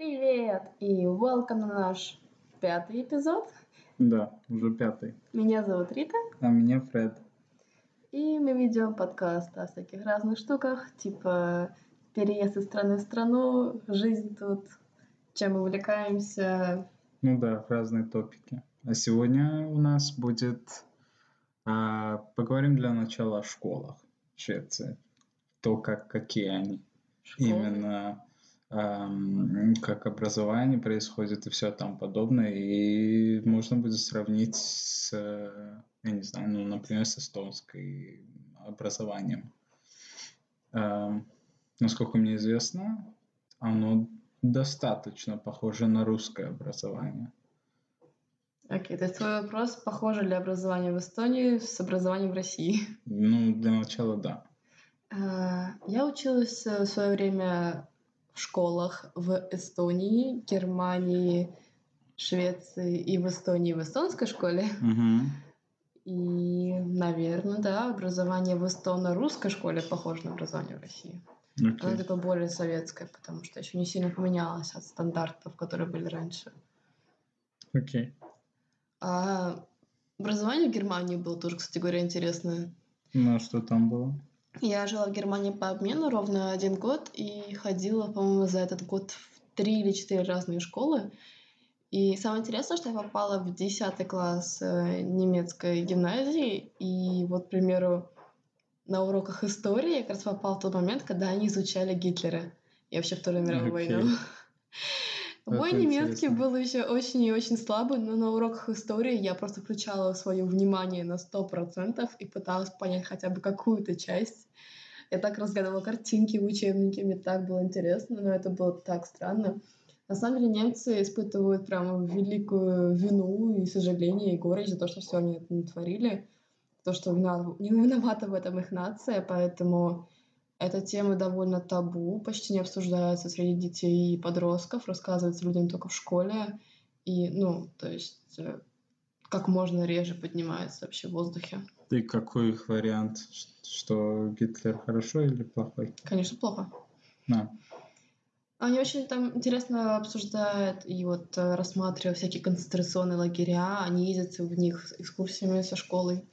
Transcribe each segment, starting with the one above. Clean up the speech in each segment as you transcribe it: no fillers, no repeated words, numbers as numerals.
Привет и welcome на наш 5-й эпизод. Да, уже 5-й. Меня зовут Рита. А меня Фред. И мы ведем подкаст о всяких разных штуках, типа переезд из страны в страну, жизнь тут, чем мы увлекаемся. Ну да, разные топики. А сегодня у нас будет... поговорим для начала о школах в Швеции. Какие они. Школы. Именно как образование происходит и все там подобное. И можно будет сравнить с, я не знаю, например, с эстонским образованием. Насколько мне известно, оно достаточно похоже на русское образование. Окей, то есть твой вопрос, похоже ли образование в Эстонии с образованием в России? Ну, для начала да. Я училась в свое время в школах в Эстонии, Германии, Швеции и в Эстонии в эстонской школе. Угу. И, наверное, да, образование в эстоно-русской школе похоже на образование в России. Оно Окей. такое более советское, потому что еще не сильно поменялось от стандартов, которые были раньше. Окей. А образование в Германии было тоже, кстати говоря, интересное. Ну, а что там было? Я жила в Германии по обмену ровно 1 год и ходила, по-моему, за этот год в 3 или 4 разные школы. И самое интересное, что я попала в 10 класс немецкой гимназии, и вот, к примеру, на уроках истории я как раз попала в тот момент, когда они изучали Гитлера и вообще Вторую мировую войну. Мой Это немецкий интересно. был еще очень и очень слабый, но на уроках истории я просто включала свое внимание на 100% и пыталась понять хотя бы какую-то часть. Я так разгадывала картинки в учебнике, мне так было интересно, но это было так странно. На самом деле немцы испытывают прямо великую вину и сожаление, и горечь за то, что все они это натворили. То, что не виновата в этом их нация, поэтому эта тема довольно табу, почти не обсуждается среди детей и подростков, рассказывается людям только в школе. И, то есть, как можно реже поднимается вообще в воздухе. И какой их вариант? Что Гитлер хорошо или плохой? Конечно, плохо. Да. Они очень там интересно обсуждают и рассматривают всякие концентрационные лагеря. Они ездят в них с экскурсиями со школой.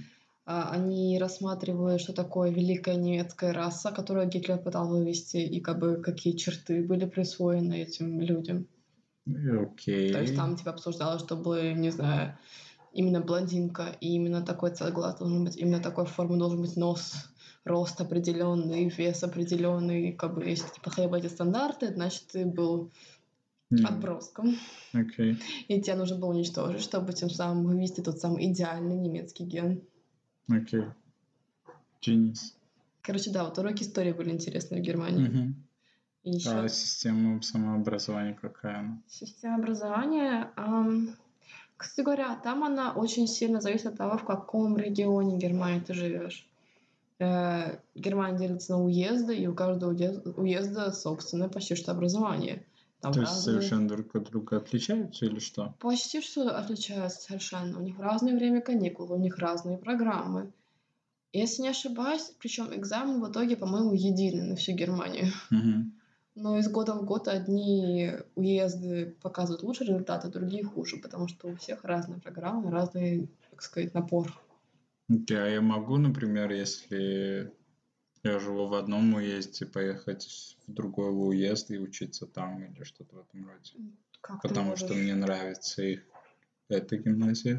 Они рассматривают, что такое великая немецкая раса, которую Гитлер пытался вывести, и какие черты были присвоены этим людям. Окей. То есть там обсуждалось, чтобы, не знаю, именно блондинка, и именно такой целый глаз должен быть, именно такой формы должен быть нос, рост определенный, вес определенный. Если ты подходил эти стандарты, значит, ты был отброском. Окей. И тебя нужно было уничтожить, чтобы тем самым вывести тот самый идеальный немецкий ген. Окей. Genius. Короче, да, уроки истории были интересные в Германии. И еще... А система самообразования какая она? Система образования... Кстати говоря, там она очень сильно зависит от того, в каком регионе Германии ты живешь. Германия делится на уезды, и у каждого уезда собственное почти что образование. Там То есть совершенно друг от друга отличаются или что? Почти что отличаются совершенно. У них разное время каникул, у них разные программы. Если не ошибаюсь, причем экзамен в итоге, по-моему, единый на всю Германию. Но из года в год одни уезды показывают лучшие результаты, другие хуже, потому что у всех разные программы, разный, так сказать, напор. Окей, а я могу, например, если я живу в одном уезде, поехать в другой уезд и учиться там или что-то в этом роде? Потому что мне нравится эта гимназия.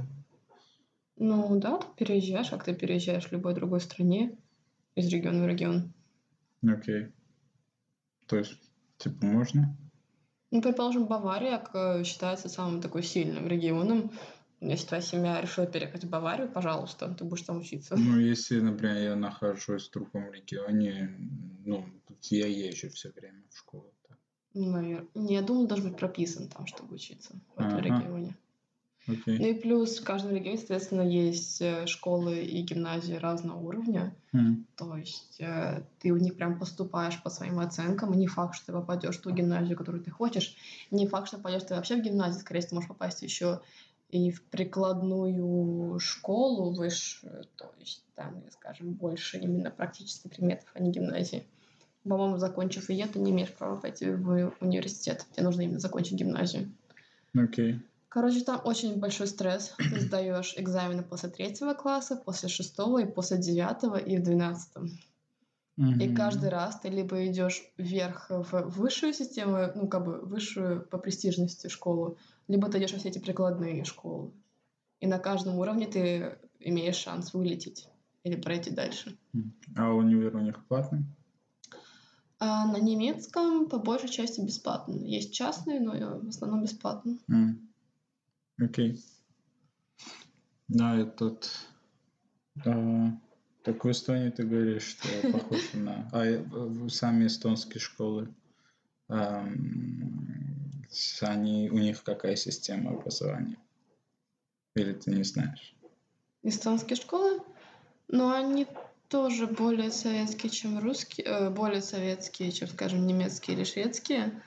Ну да, ты переезжаешь, как ты переезжаешь в любой другой стране, из региона в регион. Окей. То есть, можно? Ну, предположим, Бавария считается самым такой сильным регионом. Если твоя семья решила переехать в Баварию, пожалуйста, ты будешь там учиться. Ну, если, например, я нахожусь в другом регионе, я езжу все время в школу. Так. Наверное. Я думаю, должен быть прописан там, чтобы учиться в этом регионе. Окей. Ну и плюс в каждом регионе, соответственно, есть школы и гимназии разного уровня. То есть ты в них прям поступаешь по своим оценкам. И не факт, что ты попадешь в ту гимназию, которую ты хочешь. Не факт, что попадешь ты вообще в гимназию. Скорее всего, ты можешь попасть еще и в прикладную школу высшую. То есть там, скажем, больше именно практических предметов, а не гимназии. По-моему, закончив ИЕ, ты не имеешь права пойти в университет. Тебе нужно именно закончить гимназию. Окей. Короче, там очень большой стресс. Ты сдаешь экзамены после 3 класса, после 6 и после 9 и в 12. И каждый раз ты либо идешь вверх в высшую систему, ну, как бы высшую по престижности школу, либо ты идешь во все эти прикладные школы. И на каждом уровне ты имеешь шанс вылететь или пройти дальше. А универ у них платный? А на немецком по большей части бесплатно. Есть частные, но в основном бесплатно. Окей. Да, этот... Так в Эстонии ты говоришь, что похоже на... сами эстонские школы, у них какая система образования? Или ты не знаешь? Эстонские школы? Но они тоже более советские, чем русские, более советские, чем, скажем, немецкие или шведские.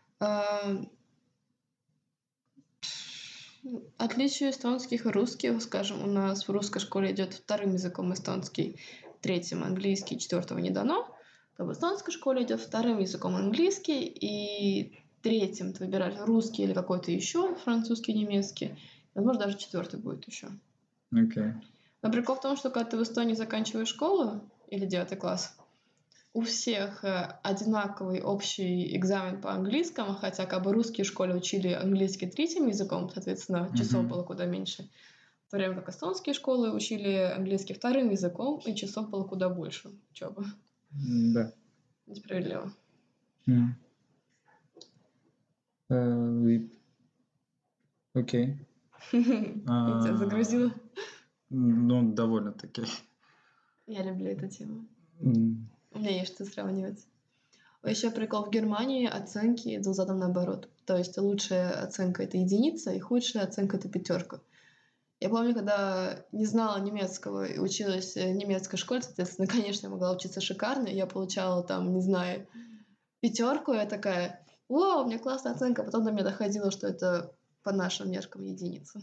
Отличие эстонских и русских, скажем, у нас в русской школе идет вторым языком эстонский, третьим английский, 4 не дано, то в эстонской школе идет вторым языком английский, и третьим ты выбираешь русский или какой-то еще, французский, немецкий, возможно, даже 4 будет еще. Окей. Но прикол в том, что когда ты в Эстонии заканчиваешь школу или 9 класс, у всех одинаковый общий экзамен по английскому, хотя как бы русские в школе учили английский третьим языком, соответственно, часов было куда меньше. В то время как эстонские школы учили английский вторым языком, и часов было куда больше учебы. Да. Несправедливо. Окей. Я тебя загрузила. Ну, довольно-таки. Я люблю эту тему. У меня есть что сравнивать. Еще прикол, в Германии оценки идут задом наоборот. То есть лучшая оценка — это единица, и худшая оценка — это 5. Я помню, когда не знала немецкого и училась в немецкой школе, соответственно, конечно, я могла учиться шикарно. Я получала там, не знаю, 5, я такая: вау, у меня классная оценка. Потом до меня доходило, что это по нашим меркам единица.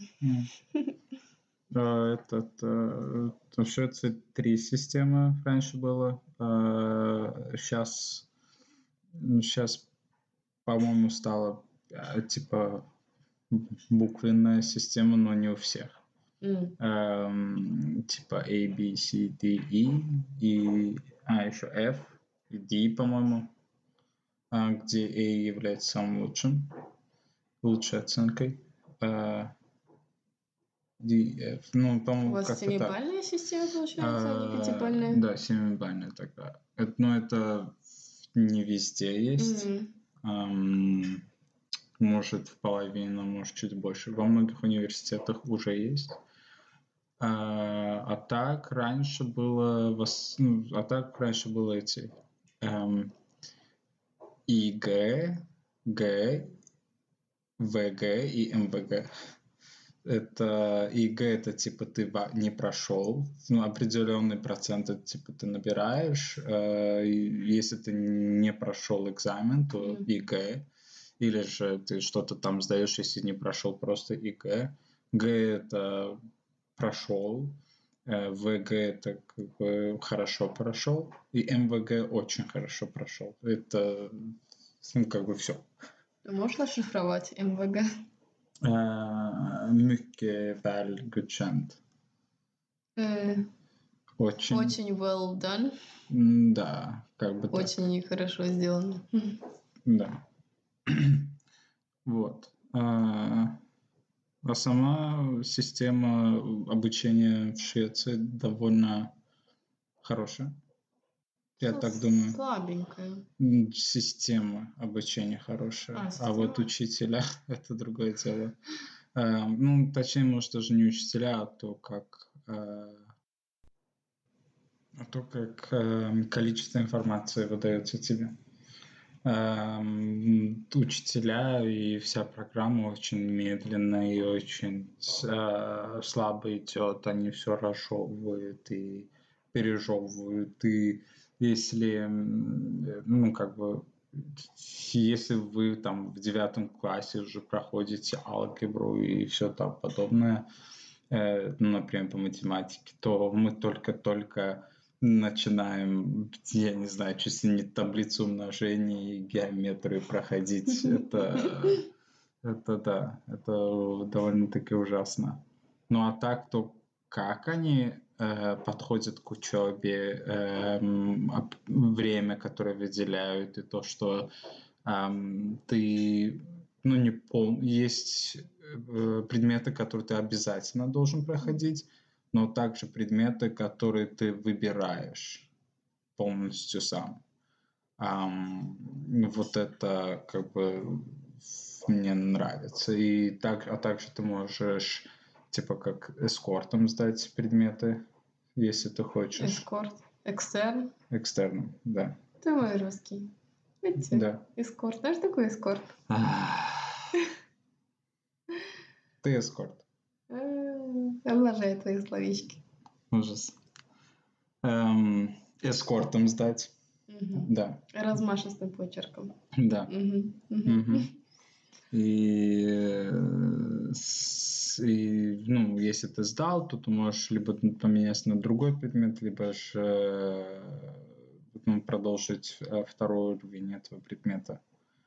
В Швеции 3 системы раньше было. Сейчас, по-моему, стало типа буквенная система, но не у всех. Типа A, B, C, D, E и еще F и D, по-моему, где A является самым лучшей оценкой. DF. Ну, по-моему, у вас как-то 7-бальная система, получается, а не 5-бальная? Да, 7-бальная такая. Но это не везде есть. Может, в половину, может, чуть больше. Во многих университетах уже есть. А так раньше было эти ИГ, Г, ВГ и МВГ. Это ЕГЭ, это типа ты не прошел, определенный процент, это типа ты набираешь. Если ты не прошел экзамен, то ЕГЭ, или же ты что-то там сдаешь, если не прошел просто ЕГЭ. Г это прошел, ВГ это как бы хорошо прошел, и МВГ очень хорошо прошел. Это как бы все. Можешь расшифровать МВГ? Mycket väl godkänt. Очень well done. Да, как бы так. Очень хорошо сделано. Да. Вот. А сама система обучения в Швеции довольно хорошая. Я так думаю. Слабенькая. Система обучения хорошая. Система? А вот учителя — это другое дело. Точнее, может, даже не учителя, а то, как количество информации выдается тебе. Учителя и вся программа очень медленная и очень слабо идет. Они все разжевывают и пережевывают. И если, если вы там в 9 классе уже проходите алгебру и все там подобное, например, по математике, то мы только-только начинаем, я не знаю, чуть ли не таблицу умножения и геометрию проходить. Это да, это довольно-таки ужасно. Ну а так, то как они подходят к учебе, время, которое выделяют, и то, что ты, ну, есть предметы, которые ты обязательно должен проходить, но также предметы, которые ты выбираешь полностью сам. Вот это как бы мне нравится. А также ты можешь типа как эскортом сдать предметы, если ты хочешь. Эскорт. Экстерн. Экстерном, да. Ты мой русский. Видите? Да. Эскорт. Знаешь, такой эскорт? Ты эскорт. Обожаю твои словечки. Ужас. Эскортом сдать. Да. Размашистым почерком. Да. И, ну, если ты сдал, то ты можешь либо поменять на другой предмет, либо же продолжить второй уровень этого предмета.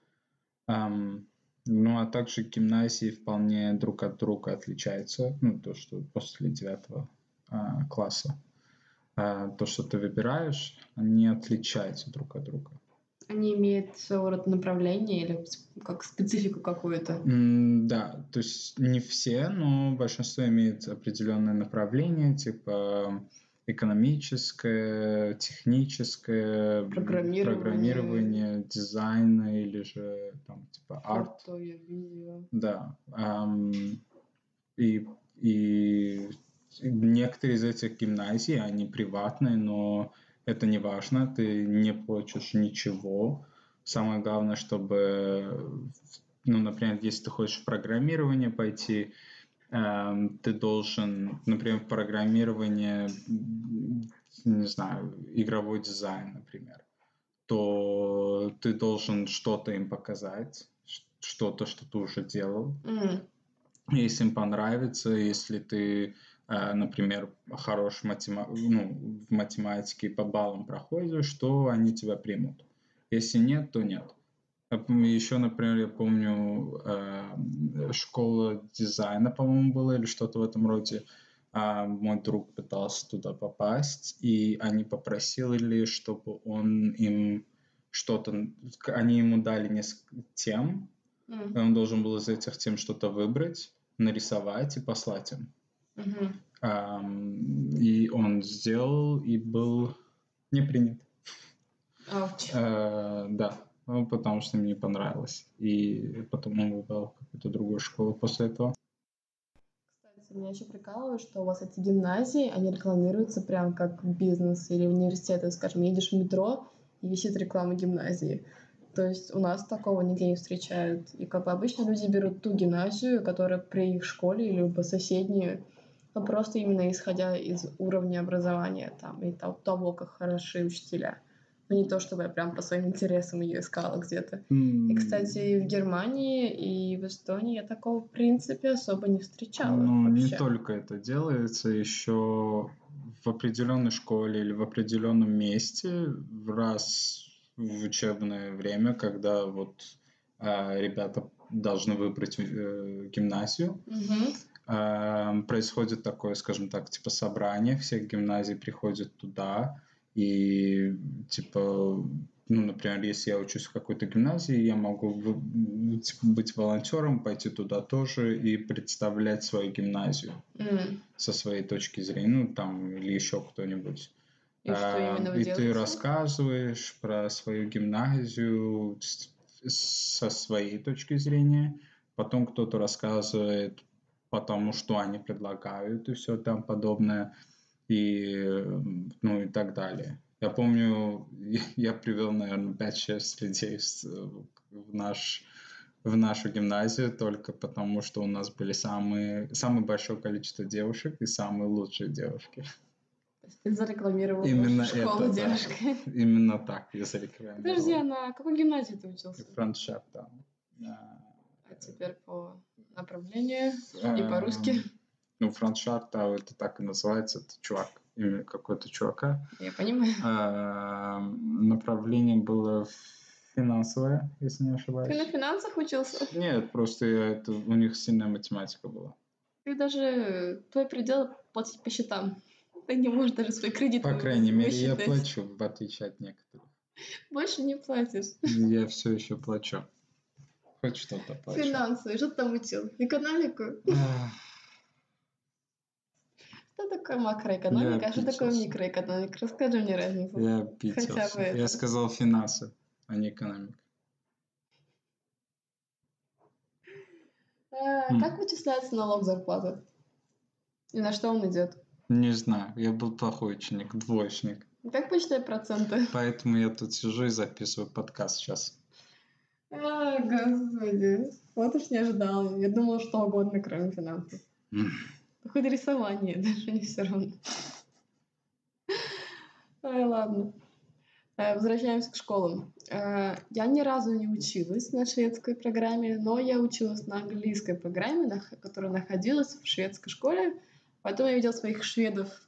Ну, а также гимназии вполне друг от друга отличаются. Ну, то, что после 9 класса. То, что ты выбираешь, они отличаются друг от друга. Они имеют своего рода направление или как специфику какую-то? Да, то есть не все, но большинство имеет определенное направление, типа экономическое, техническое, программирование, дизайн или же там типа арт. Фото, видео. Да. И некоторые из этих гимназий, они приватные, но это не важно, ты не платишь ничего. Самое главное, чтобы, ну, например, если ты хочешь в программирование пойти, ты должен, например, в программирование, не знаю, игровой дизайн, например, то ты должен что-то им показать, что-то, что ты уже делал. Если им понравится, если ты, например, хорош в математике по баллам проходишь, то они тебя примут. Если нет, то нет. Еще, например, я помню, школа дизайна, по-моему, была или что-то в этом роде. Мой друг пытался туда попасть, и они попросили, чтобы он им что-то... Они ему дали несколько тем, и он должен был из этих тем что-то выбрать, нарисовать и послать им. И он сделал, и был не принят. Да. Ну, потому что мне не понравилось. И потом он выбрал какую-то другую школу после этого. Кстати, меня еще прикалывает, что у вас эти гимназии, они рекламируются прям как бизнес или университеты. Скажем, едешь в метро, и висит реклама гимназии. То есть у нас такого нигде не встречают. И как бы обычно люди берут ту гимназию, которая при их школе, либо соседнюю, но просто именно исходя из уровня образования там, и того, как хороши учителя. Но не то, чтобы я прям по своим интересам ее искала где-то. И, кстати, и в Германии, и в Эстонии я такого, в принципе, особо не встречала. Ну, не вообще. только это делается, еще в определенной школе или в определенном месте раз в учебное время, когда вот ребята должны выбрать гимназию, происходит такое, скажем так, типа собрание всех гимназий приходят туда, и типа, ну, например, если я учусь в какой-то гимназии, я могу быть волонтером, пойти туда тоже и представлять свою гимназию со своей точки зрения, ну, там, или еще кто-нибудь. И что именно вы и делаете? Ты рассказываешь про свою гимназию со своей точки зрения, потом кто-то рассказывает потому, что они предлагают и все там подобное, и, ну, и так далее. Я помню, я привел, наверное, 5-6 людей в нашу гимназию только потому, что у нас были самое большое количество девушек и самые лучшие девушки. Ты зарекламировал Именно школу это, девушкой. Да. Именно так я зарекламировал. Подожди, а на какой гимназии ты учился? Франшефт, да. А теперь по направлению и по-русски? Ну, франшарт, это так и называется, это чувак имя какого-то чувака. Я понимаю. Направление было финансовое, если не ошибаюсь. Ты на финансах учился? Нет, просто у них сильная математика была. Ты даже... Твой предел платить по счетам. Ты не можешь даже свой кредит По крайней мере, я высчитать. плачу, в отличие от некоторых. Больше не платишь. Я все еще плачу. Хоть что-то плачу. Финансы. Что ты там учил? Экономику? Что такое макроэкономика, а что такое микроэкономика? Расскажи мне разницу. Я обиделся. Хотя бы это. Я сказал финансы, а не экономика. Как вычисляется налог зарплаты? И на что он идет? Не знаю, я был плохой ученик, двоечник. Как посчитать проценты? Поэтому я тут сижу и записываю подкаст сейчас. Господи. Вот уж не ожидала. Я думала, что угодно, кроме финансов. Хоть рисование, даже не все равно. Ай, ладно. Возвращаемся к школам. Я ни разу не училась на шведской программе, но я училась на английской программе, которая находилась в шведской школе. Поэтому я видела своих шведов,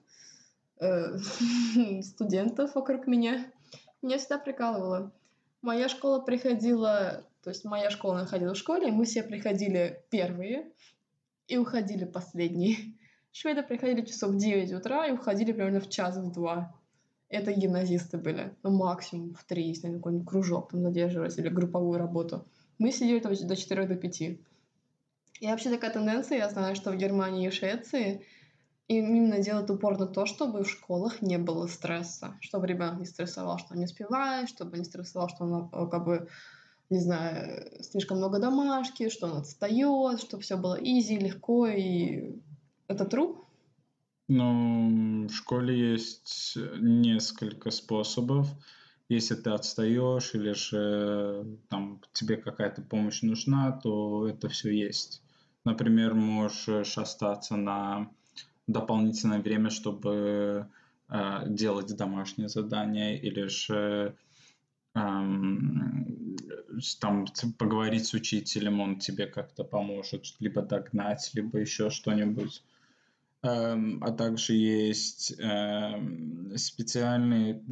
студентов вокруг меня. Меня всегда прикалывало. Моя школа находилась в школе, и мы все приходили первые и уходили последние. Шведы приходили часов в 9 утра и уходили примерно в час, в 2. Это гимназисты были. Ну, максимум в 3, если они какой-нибудь кружок там задерживались или групповую работу. Мы сидели там до 4, до 5. И вообще такая тенденция, я знаю, что в Германии и в Швеции именно делают упор на то, чтобы в школах не было стресса. Чтобы ребенок не стрессовал, что он не успевает, чтобы не стрессовал, что он как бы, не знаю, слишком много домашки, что он отстает, чтобы все было изи, легко. И это true? Ну, в школе есть несколько способов. Если ты отстаешь или же там тебе какая-то помощь нужна, то это все есть. Например, можешь остаться на дополнительное время, чтобы делать домашние задания, или же там поговорить с учителем, он тебе как-то поможет, либо догнать, либо еще что-нибудь. А также есть специальный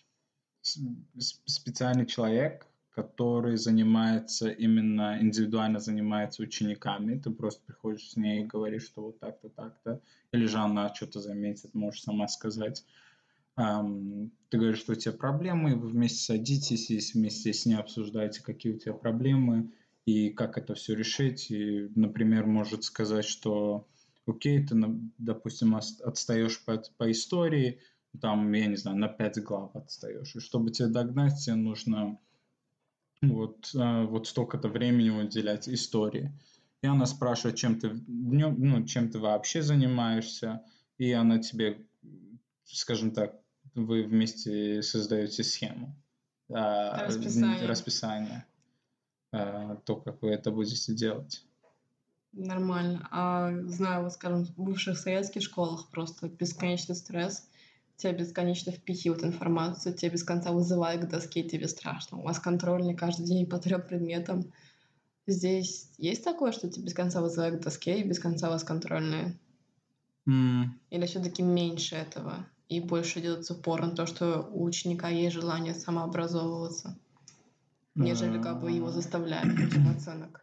человек, который индивидуально занимается учениками. Ты просто приходишь с ней и говоришь, что вот так-то, так-то. Или же она что-то заметит, можешь сама сказать. Ты говоришь, что у тебя проблемы, и вы вместе садитесь и вместе с ней обсуждаете, какие у тебя проблемы и как это все решить. И, например, может сказать, что окей, ты, допустим, отстаешь по истории, там, я не знаю, на 5 глав отстаешь. И чтобы тебя догнать, тебе нужно вот столько-то времени уделять истории. И она спрашивает, чем ты вообще занимаешься, и она тебе, скажем так, вы вместе создаете схему, расписание, то, как вы это будете делать. Нормально. Знаю, вот, скажем, в бывших советских школах просто бесконечный стресс. Тебя бесконечно впихивают информацию, тебя без конца вызывают к доске, тебе страшно. У вас контрольный каждый день по 3 предметам. Здесь есть такое, что тебя без конца вызывают к доске и без конца у вас контрольные? Или все-таки меньше этого? И больше делается упор на то, что у ученика есть желание самообразовываться, нежели как бы его заставляли путем оценок?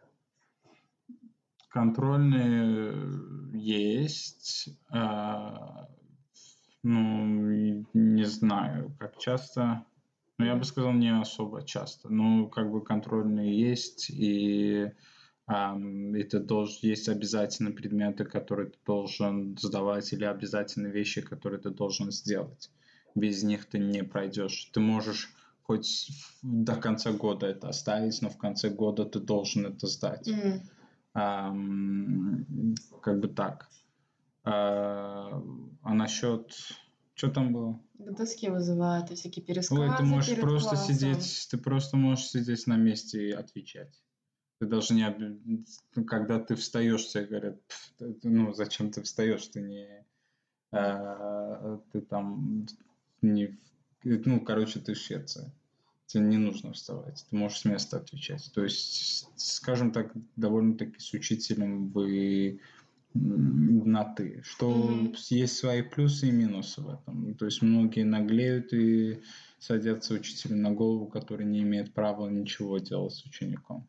Контрольные есть. Не знаю, как часто. Но я бы сказал, не особо часто. Ну, как бы контрольные есть, и есть обязательно предметы, которые ты должен сдавать, или обязательные вещи, которые ты должен сделать. Без них ты не пройдешь. Ты можешь хоть до конца года это оставить, но в конце года ты должен это сдать. Как бы так. А насчет... Что там было? К доске вызывают, и всякие пересказы ты можешь перед просто классом. ты просто можешь сидеть на месте и отвечать. Ты даже не... Когда ты встаешь, тебе говорят, зачем ты встаешь, ты не... ты там не... ты в Швеции. Тебе не нужно вставать, ты можешь с места отвечать. То есть, скажем так, довольно-таки с учителем вы на «ты», что есть свои плюсы и минусы в этом. То есть многие наглеют и садятся учителю на голову, который не имеет права ничего делать с учеником.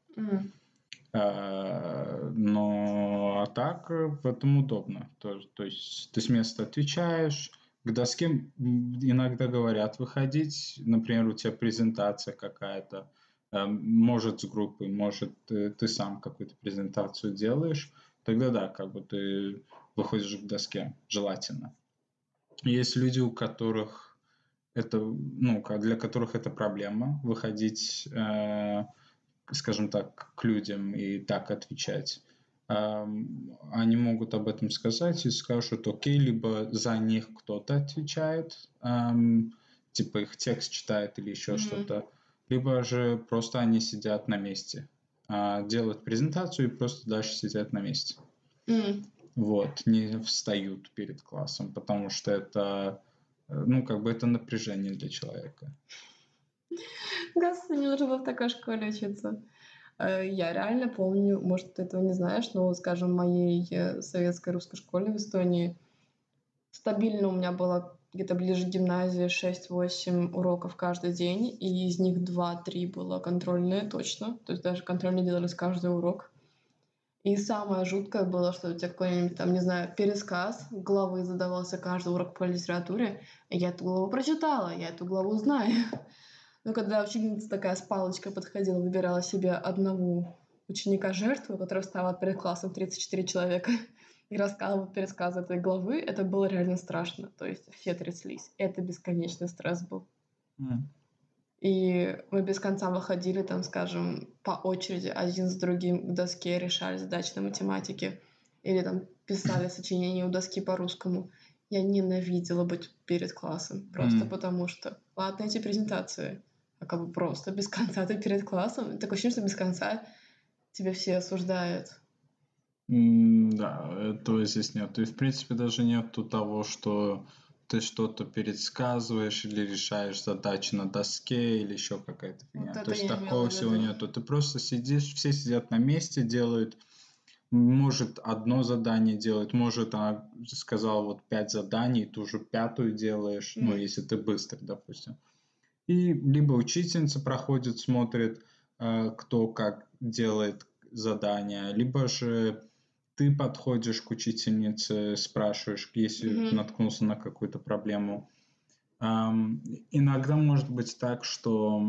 Но так в этом удобно. То есть ты с места отвечаешь, к доске иногда говорят выходить, например, у тебя презентация какая-то, может с группой, может ты сам какую-то презентацию делаешь, тогда да, как бы ты выходишь к доске, желательно. Есть люди, у которых это, для которых это проблема, выходить, скажем так, к людям и так отвечать. Они могут об этом сказать и скажут, окей, либо за них кто-то отвечает, типа их текст читает или еще что-то, либо же просто они сидят на месте, делают презентацию и просто дальше сидят на месте. Вот, не встают перед классом, потому что это, это напряжение для человека. Господи, мне нужно было в такой школе учиться. Я реально помню, может, ты этого не знаешь, но, скажем, в моей советской русской школе в Эстонии стабильно у меня было где-то ближе к гимназии 6-8 уроков каждый день, и из них 2-3 было контрольные точно. То есть даже контрольные делались каждый урок. И самое жуткое было, что у тебя какой-нибудь там, не знаю, пересказ главы задавался каждый урок по литературе. И я эту главу прочитала, я эту главу знаю. Но когда ученица такая с палочкой подходила, выбирала себе одного ученика-жертву, который встала перед классом 34 человека, и рассказывала пересказ этой главы, это было реально страшно. То есть все тряслись. Это бесконечный стресс был. И мы без конца выходили, там, скажем, по очереди один с другим к доске, решали задачи на математике. Или там писали сочинения у доски по-русскому. Я ненавидела быть перед классом. Просто потому что, ладно, эти презентации, а как бы просто без конца ты перед классом. Такое ощущение, что без конца тебя все осуждают. Да, этого здесь нет. И, в принципе, даже нету того, что ты что-то пересказываешь или решаешь задачи на доске или еще какая-то фигня. Вот То есть я такого всего нету. Ты просто сидишь, все сидят на месте, делают, может, одно задание делают, может, она сказала вот 5 заданий, ты уже 5-ю делаешь, если ты быстрый, допустим. И либо учительница проходит, смотрит, кто как делает задания, либо же ты подходишь к учительнице, спрашиваешь, если наткнулся на какую-то проблему. Иногда может быть так, что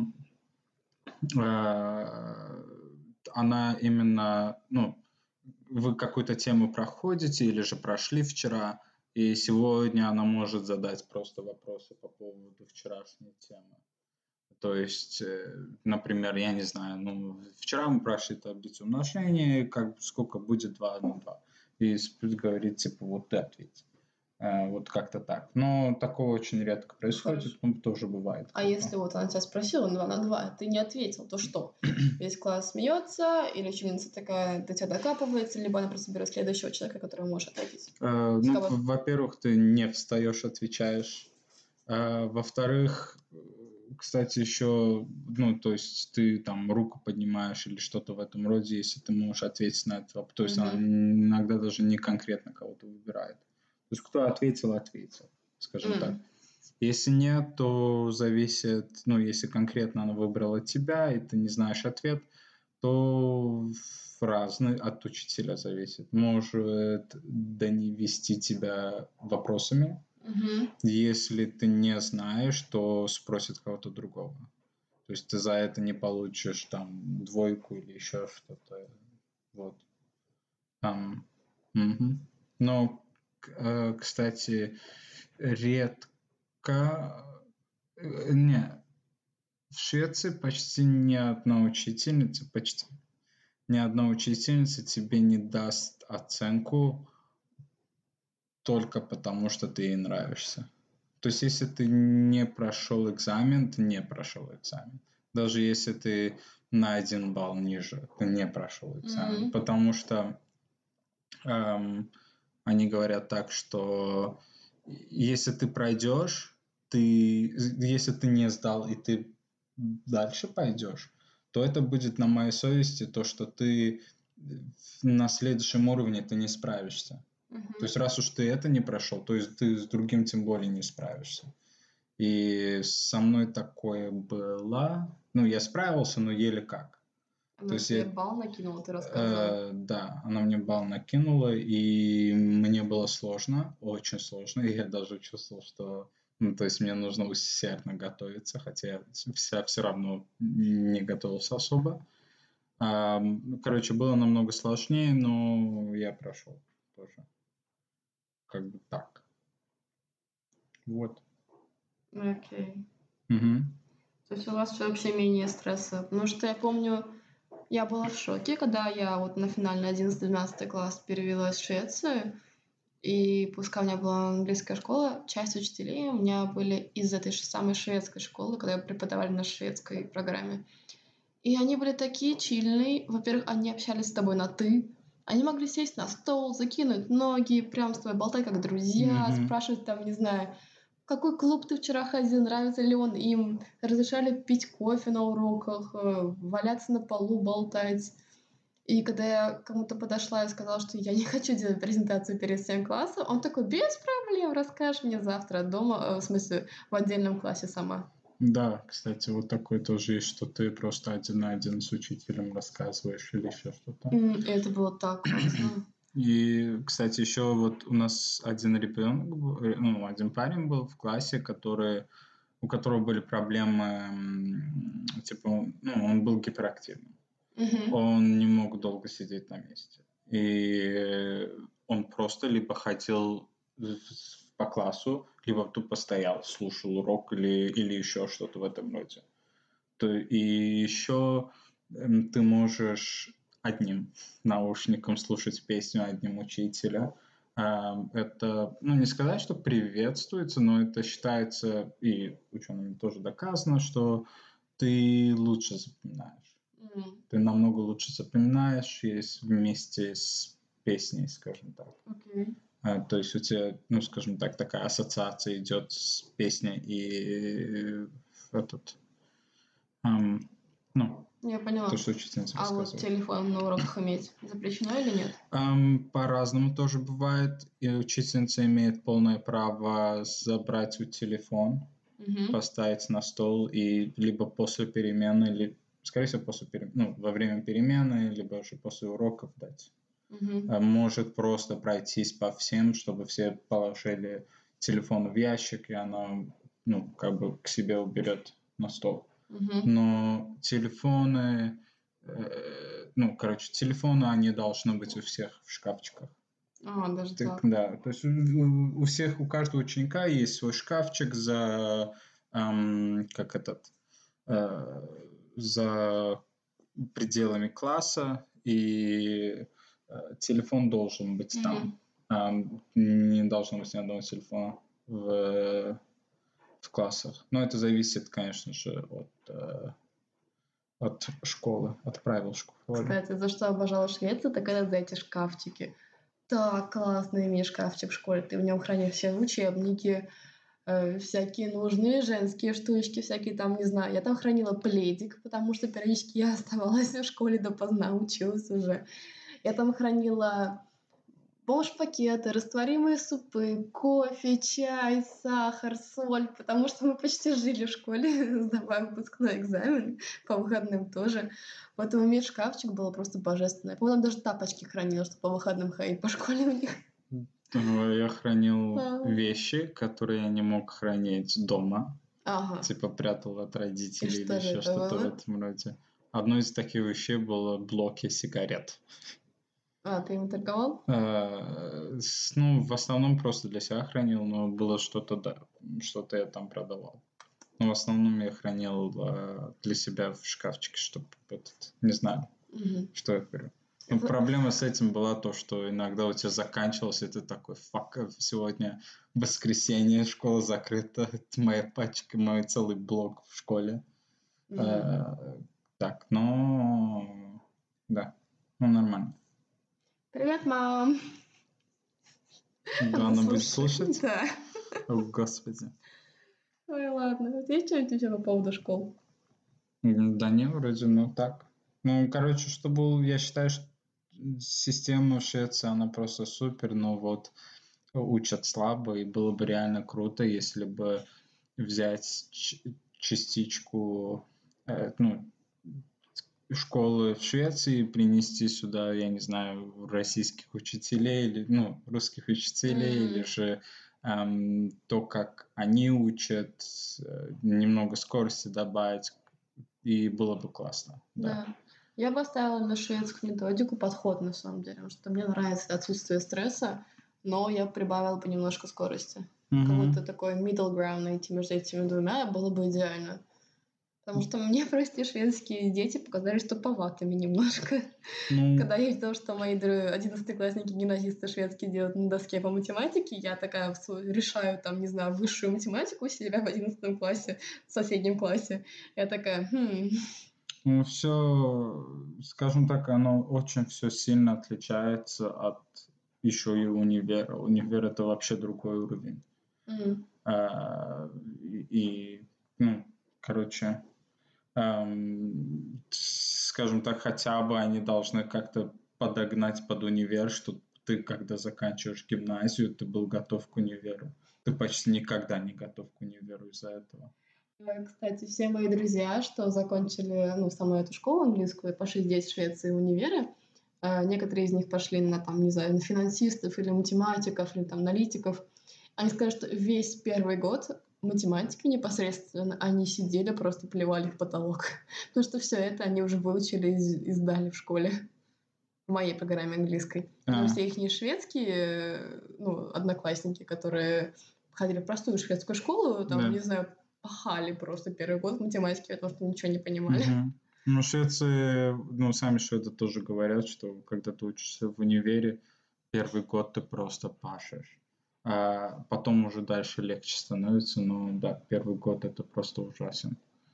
она именно, вы какую-то тему проходите или же прошли вчера, и сегодня она может задать просто вопросы по поводу вчерашней темы. То есть, например, я не знаю, вчера мы прошли таблицу умножения, сколько будет 2 на 2. И говорит, типа, вот ты ответь. Вот как-то так. Но такого очень редко происходит, тоже бывает. А если вот она тебя спросила 2 на 2, ты не ответил, то что? Весь класс смеется, или ученица такая до тебя докапывается, либо она просто берет следующего человека, который может ответить? Во-первых, ты не встаешь, отвечаешь. Во-вторых, кстати, еще, то есть ты там руку поднимаешь или что-то в этом роде, если ты можешь ответить на это. То есть она иногда даже не конкретно кого-то выбирает. То есть кто ответил, скажем так. Если нет, то зависит, если конкретно она выбрала тебя, и ты не знаешь ответ, то разный от учителя зависит. Может довести тебя вопросами. Если ты не знаешь, то спросит кого-то другого. То есть ты за это не получишь там 2 или еще что-то. Вот. Но, кстати, редко... Не, в Швеции почти ни одна учительница тебе не даст оценку только потому, что ты ей нравишься. То есть, если ты не прошел экзамен, ты не прошел экзамен. Даже если ты на 1 балл ниже, ты не прошел экзамен. Потому что они говорят так, что если ты пройдешь, если ты не сдал и ты дальше пойдешь, то это будет на моей совести то, что ты на следующем уровне ты не справишься. То есть раз уж ты это не прошел, то есть ты с другим тем более не справишься. И со мной такое было. Ну, я справился, но еле как. Она тебе балл накинула, ты рассказывал? Да, она мне балл накинула, и мне было сложно, очень сложно. И я даже чувствовал, что... Ну, то есть мне нужно усердно готовиться, хотя я все равно не готовился особо. Короче, было намного сложнее, но я прошел тоже. Как бы так. Вот. Окей. Угу. То есть у вас вообще менее стресса. Потому что я помню, я была в шоке, когда я вот на финальный 11-12 класс перевелась в Швецию. И пускай у меня была английская школа, часть учителей у меня были из этой же самой шведской школы, когда я преподавали на шведской программе. И они были такие чильные. Во-первых, они общались с тобой на «ты». Они могли сесть на стол, закинуть ноги, прям с тобой болтать как друзья, спрашивать там, не знаю, в какой клуб ты вчера ходил, нравится ли он им. Разрешали пить кофе на уроках, валяться на полу, болтать. И когда я к кому-то подошла и сказала, что я не хочу делать презентацию перед всем классом, он такой: без проблем, расскажешь мне завтра дома, в смысле, в отдельном классе сама. Да, кстати, вот такое тоже есть, что ты просто один на один с учителем рассказываешь или еще что-то. Это было так классно. И, кстати, еще вот у нас один ребенок, ну, один парень был в классе, у которого были проблемы, типа, ну, он был гиперактивным. Он не мог долго сидеть на месте. И он просто либо ходил по классу, либо тупо стоял, слушал урок или еще что-то в этом роде. И еще ты можешь одним наушником слушать песню, одним учителя. Это, ну, не сказать, что приветствуется, но это считается, и учеными тоже доказано, что ты лучше запоминаешь. Ты намного лучше запоминаешь, есть вместе с песней, скажем так. То есть у тебя, ну, скажем так, такая ассоциация идет с песней и этот, ну, Я поняла. то, что учительница А вот рассказывает. телефон на уроках иметь запрещено или нет? По-разному тоже бывает. И учительница имеет полное право забрать телефон, поставить на стол и либо после перемены, скорее всего, ну, во время перемены, либо уже после уроков дать. Может просто пройтись по всем, чтобы все положили телефон в ящик, и она, ну, как бы к себе уберет на стол. Но телефоны, телефоны, они должны быть у всех в шкафчиках. Даже так. Да, то есть у всех, у каждого ученика есть свой шкафчик за за пределами класса, и телефон должен быть там. Не должно быть ни одного телефона в классах. Но это зависит, конечно же, от школы, от правил школы. Кстати, за что обожала Швецию, так это за эти шкафчики. Так классно иметь шкафчик в школе. Ты в нем хранишь все учебники, всякие нужные женские штучки, всякие там, не знаю. Я там хранила пледик, потому что периодически я оставалась в школе допоздна, училась уже. Я там хранила бомж-пакеты, растворимые супы, кофе, чай, сахар, соль, потому что мы почти жили в школе, сдавая выпускной экзамен, по выходным тоже. Поэтому иметь шкафчик было просто божественно. Я помню, даже тапочки хранила, чтобы по выходным ходить по школе у них. Я хранил вещи, которые я не мог хранить дома. Типа прятал от родителей или еще что-то в этом роде. Одной из таких вещей было блоки сигарет. Ты им торговал? Ну, в основном просто для себя хранил, но было что-то, да, что-то я там продавал. Но в основном я хранил для себя в шкафчике, чтобы не знаю, что я говорю. Но проблема с этим была то, что иногда у тебя заканчивалось, и ты такой: фак, сегодня воскресенье, школа закрыта, это моя пачка, мой целый блок в школе. Так, но да, ну нормально. Привет, мам! Да, она будет слушать? Да. О, Господи. Ой, ладно. Вот есть что-нибудь еще по поводу школ? Да не, вроде, ну так. Ну, короче, что было, я считаю, что система в Швеции, она просто супер, но вот учат слабо, и было бы реально круто, если бы взять частичку, школы в Швеции, принести сюда, я не знаю, российских учителей, или, русских учителей, или же то, как они учат, немного скорости добавить, и было бы классно. Да. Я бы оставила на шведскую методику подход, на самом деле, потому что мне нравится отсутствие стресса, но я прибавила бы немножко скорости. Какой-то такой middle ground найти между этими двумя было бы идеально. Потому что мне, прости, шведские дети показались туповатыми немножко. Когда я видела, что мои 11-классники гимназисты шведские делают на доске по математике, я такая решаю, там, не знаю, высшую математику себя в 11 классе, в соседнем классе. Я такая, все, скажем так, оно очень все сильно отличается от еще и универа. Универ — это вообще другой уровень. Короче, скажем так, хотя бы они должны как-то подогнать под универ, что ты, когда заканчиваешь гимназию, ты был готов к универу. Ты почти никогда не готов к универу из-за этого. Кстати, все мои друзья, что закончили, со мной эту школу английскую, пошли здесь, в Швеции, универы, некоторые из них пошли на, не знаю, на финансистов или математиков, или там аналитиков. Они сказали, что весь первый год математики непосредственно, они сидели, просто плевали в потолок. Потому что все это они уже выучили и сдали в школе. В моей программе английской. Но все их не шведские, одноклассники, которые ходили в простую шведскую школу, там, не знаю, пахали просто первый год математики, потому что ничего не понимали. В Швеции, сами шведы тоже говорят, что когда ты учишься в универе, первый год ты просто пашешь. А потом уже дальше легче становится, но да, первый год это просто ужасен.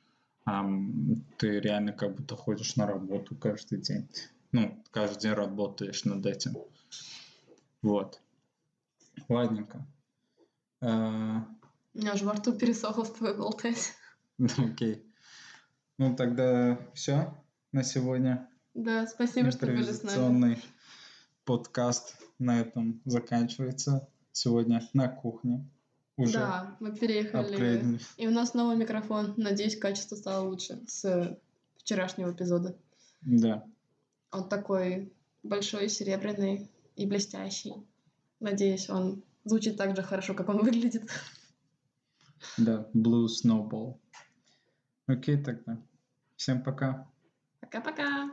Ты реально как будто ходишь на работу каждый день. Каждый день работаешь над этим. Вот. Ладненько. У меня уже во рту пересохло с тобой болтать. Окей. Тогда все на сегодня. Да, спасибо, что были с нами. Импровизационный подкаст на этом заканчивается сегодня на кухне. Уже да, мы переехали. И у нас новый микрофон. Надеюсь, качество стало лучше с вчерашнего эпизода. Да. Он такой большой, серебряный и блестящий. Надеюсь, он звучит так же хорошо, как он выглядит. Да, Blue Snowball. Окей, тогда. Всем пока. Пока-пока.